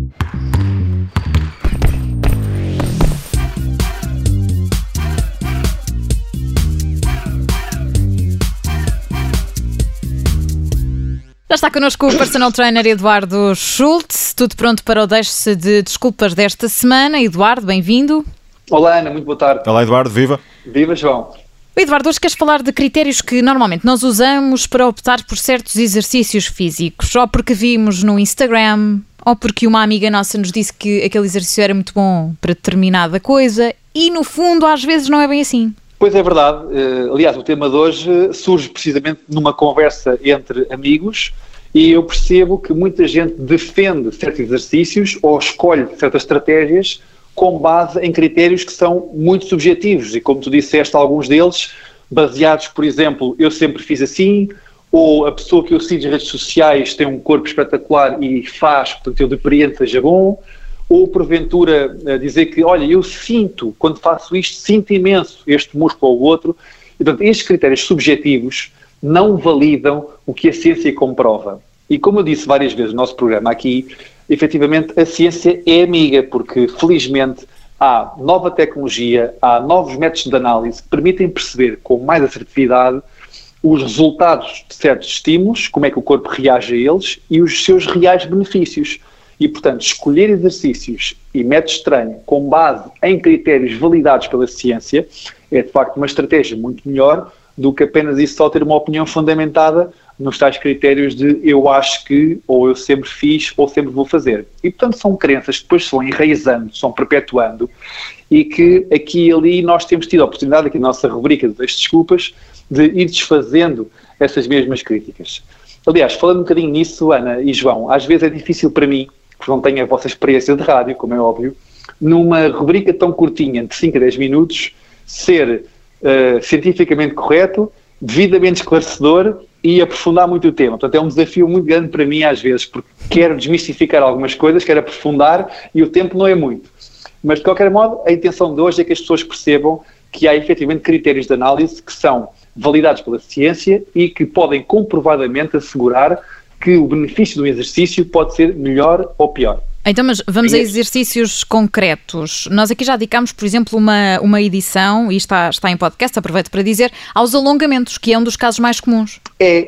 Já está connosco o personal trainer Eduardo Schultz. Tudo pronto para o Deixe-se de Desculpas desta semana. Eduardo, bem-vindo. Olá, Ana, muito boa tarde. Olá, Eduardo, viva. Viva, João. Eduardo, hoje queres falar de critérios que normalmente nós usamos para optar por certos exercícios físicos, ou porque vimos no Instagram, ou porque uma amiga nossa nos disse que aquele exercício era muito bom para determinada coisa, e no fundo às vezes não é bem assim. Pois é verdade. Aliás, o tema de hoje surge precisamente numa conversa entre amigos e eu percebo que muita gente defende certos exercícios ou escolhe certas estratégias com base em critérios que são muito subjetivos e, como tu disseste, alguns deles baseados, por exemplo, eu sempre fiz assim, ou a pessoa que eu sigo nas redes sociais tem um corpo espetacular e faz, portanto eu depreendo seja bom, ou porventura dizer que, olha, eu sinto, quando faço isto, sinto imenso este músculo ou o outro. E, portanto, estes critérios subjetivos não validam o que a ciência comprova. E como eu disse várias vezes no nosso programa aqui, efetivamente a ciência é amiga, porque felizmente há nova tecnologia, há novos métodos de análise que permitem perceber com mais assertividade os resultados de certos estímulos, como é que o corpo reage a eles e os seus reais benefícios. E, portanto, escolher exercícios e métodos de treino com base em critérios validados pela ciência é, de facto, uma estratégia muito melhor do que apenas isso só ter uma opinião fundamentada nos tais critérios de eu acho que, ou eu sempre fiz, ou sempre vou fazer. E, portanto, são crenças que depois se vão enraizando, se vão perpetuando e que aqui e ali nós temos tido a oportunidade, aqui na nossa rubrica de Desculpas, de ir desfazendo essas mesmas críticas. Aliás, falando um bocadinho nisso, Ana e João, às vezes é difícil para mim, porque não tenho a vossa experiência de rádio, como é óbvio, numa rubrica tão curtinha, de 5 a 10 minutos, ser cientificamente correto, devidamente esclarecedor e aprofundar muito o tema. Portanto, é um desafio muito grande para mim às vezes, porque quero desmistificar algumas coisas, quero aprofundar e o tempo não é muito. Mas, de qualquer modo, a intenção de hoje é que as pessoas percebam que há efetivamente critérios de análise que são validados pela ciência e que podem comprovadamente assegurar que o benefício do exercício pode ser melhor ou pior. Então, mas vamos a exercícios concretos. Nós aqui já dedicámos, por exemplo, uma edição, e está em podcast, aproveito para dizer, aos alongamentos, que é um dos casos mais comuns.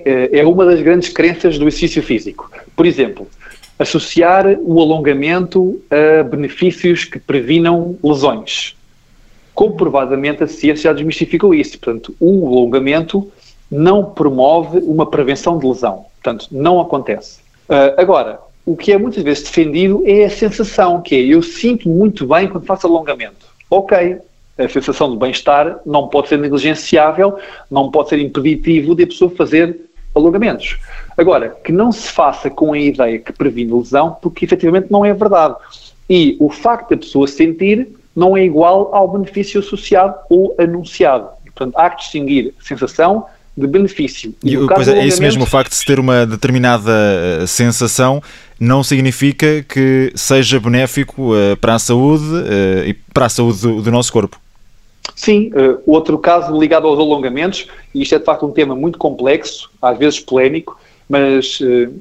É uma das grandes crenças do exercício físico. Por exemplo, associar o alongamento a benefícios que previnam lesões. Comprovadamente a ciência já desmistificou isso. Portanto, o alongamento não promove uma prevenção de lesão. Portanto, não acontece. Agora, o que é muitas vezes defendido é a sensação, que é eu sinto muito bem quando faço alongamento. Ok, a sensação de bem-estar não pode ser negligenciável, não pode ser impeditivo de a pessoa fazer alongamentos. Agora, que não se faça com a ideia que previne lesão, porque efetivamente não é verdade. E o facto da pessoa sentir não é igual ao benefício associado ou anunciado. Portanto, há que distinguir a sensação de benefício. E pois é isso mesmo, o facto de se ter uma determinada sensação não significa que seja benéfico para a saúde e para a saúde do nosso corpo. Sim, outro caso ligado aos alongamentos, e isto é de facto um tema muito complexo, às vezes polémico, mas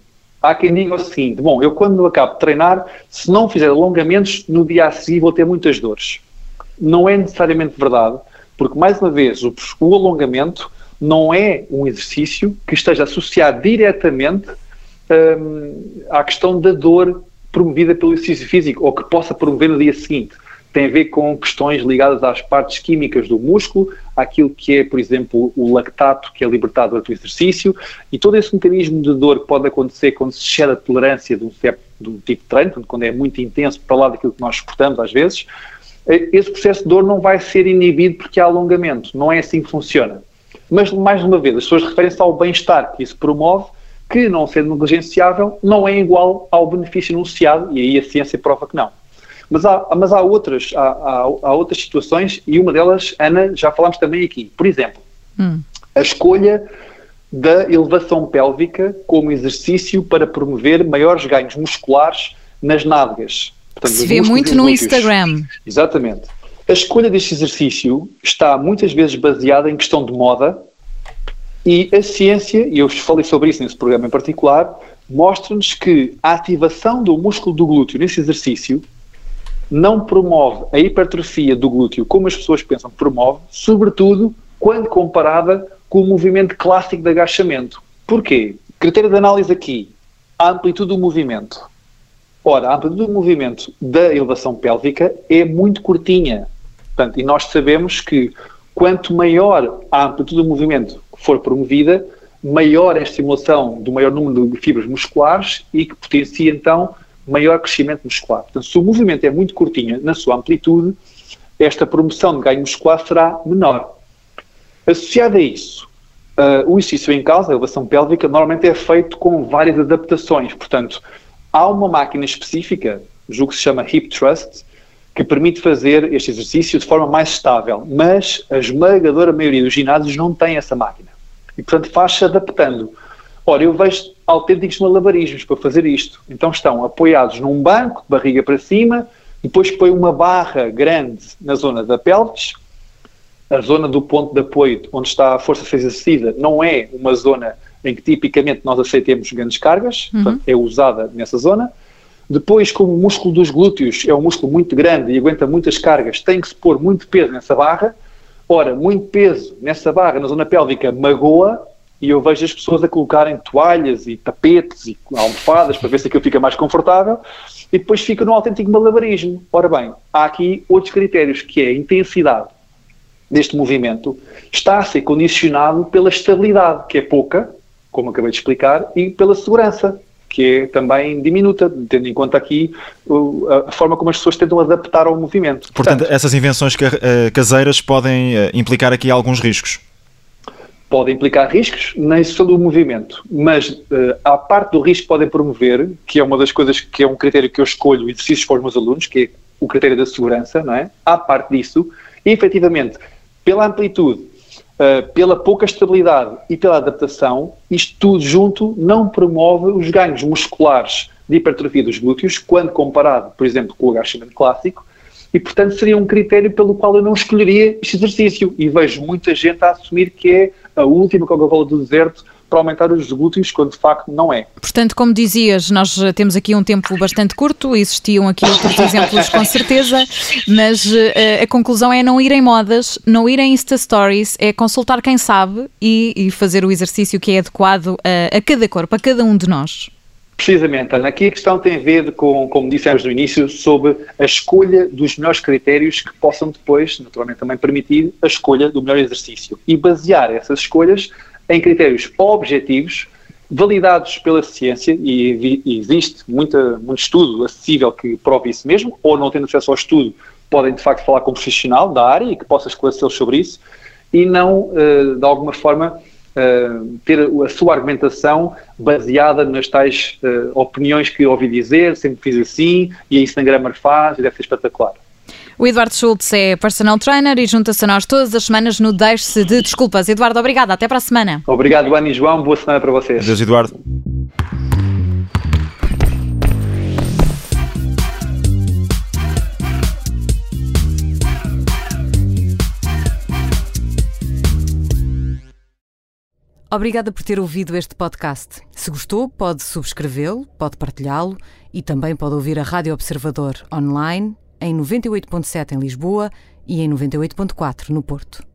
há quem diga o seguinte, bom, eu quando acabo de treinar, se não fizer alongamentos, no dia a seguir vou ter muitas dores. Não é necessariamente verdade, porque mais uma vez o alongamento não é um exercício que esteja associado diretamente à questão da dor promovida pelo exercício físico ou que possa promover no dia seguinte. Tem a ver com questões ligadas às partes químicas do músculo, àquilo que é, por exemplo, o lactato que é libertado durante o exercício e todo esse mecanismo de dor que pode acontecer quando se excede a tolerância de um tipo de treino, portanto, quando é muito intenso para lá daquilo que nós suportamos às vezes, esse processo de dor não vai ser inibido porque há alongamento. Não é assim que funciona. Mas, mais uma vez, as pessoas referem-se ao bem-estar que isso promove, que, não sendo negligenciável, não é igual ao benefício enunciado, e aí a ciência prova que não. Mas há outras situações, e uma delas, Ana, já falámos também aqui. Por exemplo, a escolha da elevação pélvica como exercício para promover maiores ganhos musculares nas nádegas. Portanto, se vê muito no Instagram. Exatamente. A escolha deste exercício está muitas vezes baseada em questão de moda E a ciência, e eu falei sobre isso nesse programa em particular, mostra-nos que a ativação do músculo do glúteo nesse exercício não promove a hipertrofia do glúteo como as pessoas pensam que promove, sobretudo quando comparada com o movimento clássico de agachamento. Porquê? Critério de análise aqui, a amplitude do movimento. Ora, a amplitude do movimento da elevação pélvica é muito curtinha. Portanto, e nós sabemos que quanto maior a amplitude do movimento for promovida, maior é a estimulação do maior número de fibras musculares e que potencia, então, maior crescimento muscular. Portanto, se o movimento é muito curtinho na sua amplitude, esta promoção de ganho muscular será menor. Associado a isso, o exercício em causa, a elevação pélvica, normalmente é feito com várias adaptações. Portanto, há uma máquina específica, julgo que se chama Hip Thrust, que permite fazer este exercício de forma mais estável, mas a esmagadora maioria dos ginásios não tem essa máquina. E, portanto, faz-se adaptando. Ora, eu vejo autênticos malabarismos para fazer isto. Então estão apoiados num banco, de barriga para cima, depois põe uma barra grande na zona da pelvis. A zona do ponto de apoio onde está a força a ser exercida não é uma zona em que tipicamente nós aceitemos grandes cargas, portanto, é usada nessa zona. Depois, como o músculo dos glúteos é um músculo muito grande e aguenta muitas cargas, tem que se pôr muito peso nessa barra. Ora, muito peso nessa barra, na zona pélvica, magoa, e eu vejo as pessoas a colocarem toalhas e tapetes e almofadas para ver se aquilo fica mais confortável, e depois fica num autêntico malabarismo. Ora bem, há aqui outros critérios, que é a intensidade deste movimento está a ser condicionado pela estabilidade, que é pouca, como acabei de explicar, e pela segurança, que é também diminuta, tendo em conta aqui a forma como as pessoas tentam adaptar ao movimento. Portanto, essas invenções caseiras podem implicar aqui alguns riscos. Podem implicar riscos na execução do movimento, mas à parte do risco que podem promover, que é uma das coisas que é um critério que eu escolho exercícios para os meus alunos, que é o critério da segurança, não é? À parte disso, efetivamente, pela amplitude, pela pouca estabilidade e pela adaptação, isto tudo junto não promove os ganhos musculares de hipertrofia dos glúteos, quando comparado, por exemplo, com o agachamento clássico, e, portanto, seria um critério pelo qual eu não escolheria este exercício. E vejo muita gente a assumir que é a última Coca-Cola do deserto para aumentar os glúteos, quando de facto não é. Portanto, como dizias, nós temos aqui um tempo bastante curto, existiam aqui outros exemplos com certeza, mas a conclusão é não ir em modas, não ir em Insta Stories, é consultar quem sabe e fazer o exercício que é adequado a cada corpo, a cada um de nós. Precisamente, Ana. Aqui a questão tem a ver com, como dissemos no início, sobre a escolha dos melhores critérios que possam depois, naturalmente, também permitir a escolha do melhor exercício e basear essas escolhas em critérios objetivos, validados pela ciência, e existe muito estudo acessível que prove isso mesmo, ou não tendo acesso ao estudo, podem de facto falar com um profissional da área e que possa esclarecê-los sobre isso, e não, de alguma forma, ter a sua argumentação baseada nas tais opiniões que ouvi dizer, sempre fiz assim, e a Instagramer faz, e deve ser espetacular. O Eduardo Schultz é personal trainer e junta-se a nós todas as semanas no Deixe-se de Desculpas. Eduardo, obrigada. Até para a semana. Obrigado, Ana e João. Boa semana para vocês. Adeus, Eduardo. Obrigada por ter ouvido este podcast. Se gostou, pode subscrevê-lo, pode partilhá-lo e também pode ouvir a Rádio Observador online em 98.7 em Lisboa e em 98.4 no Porto.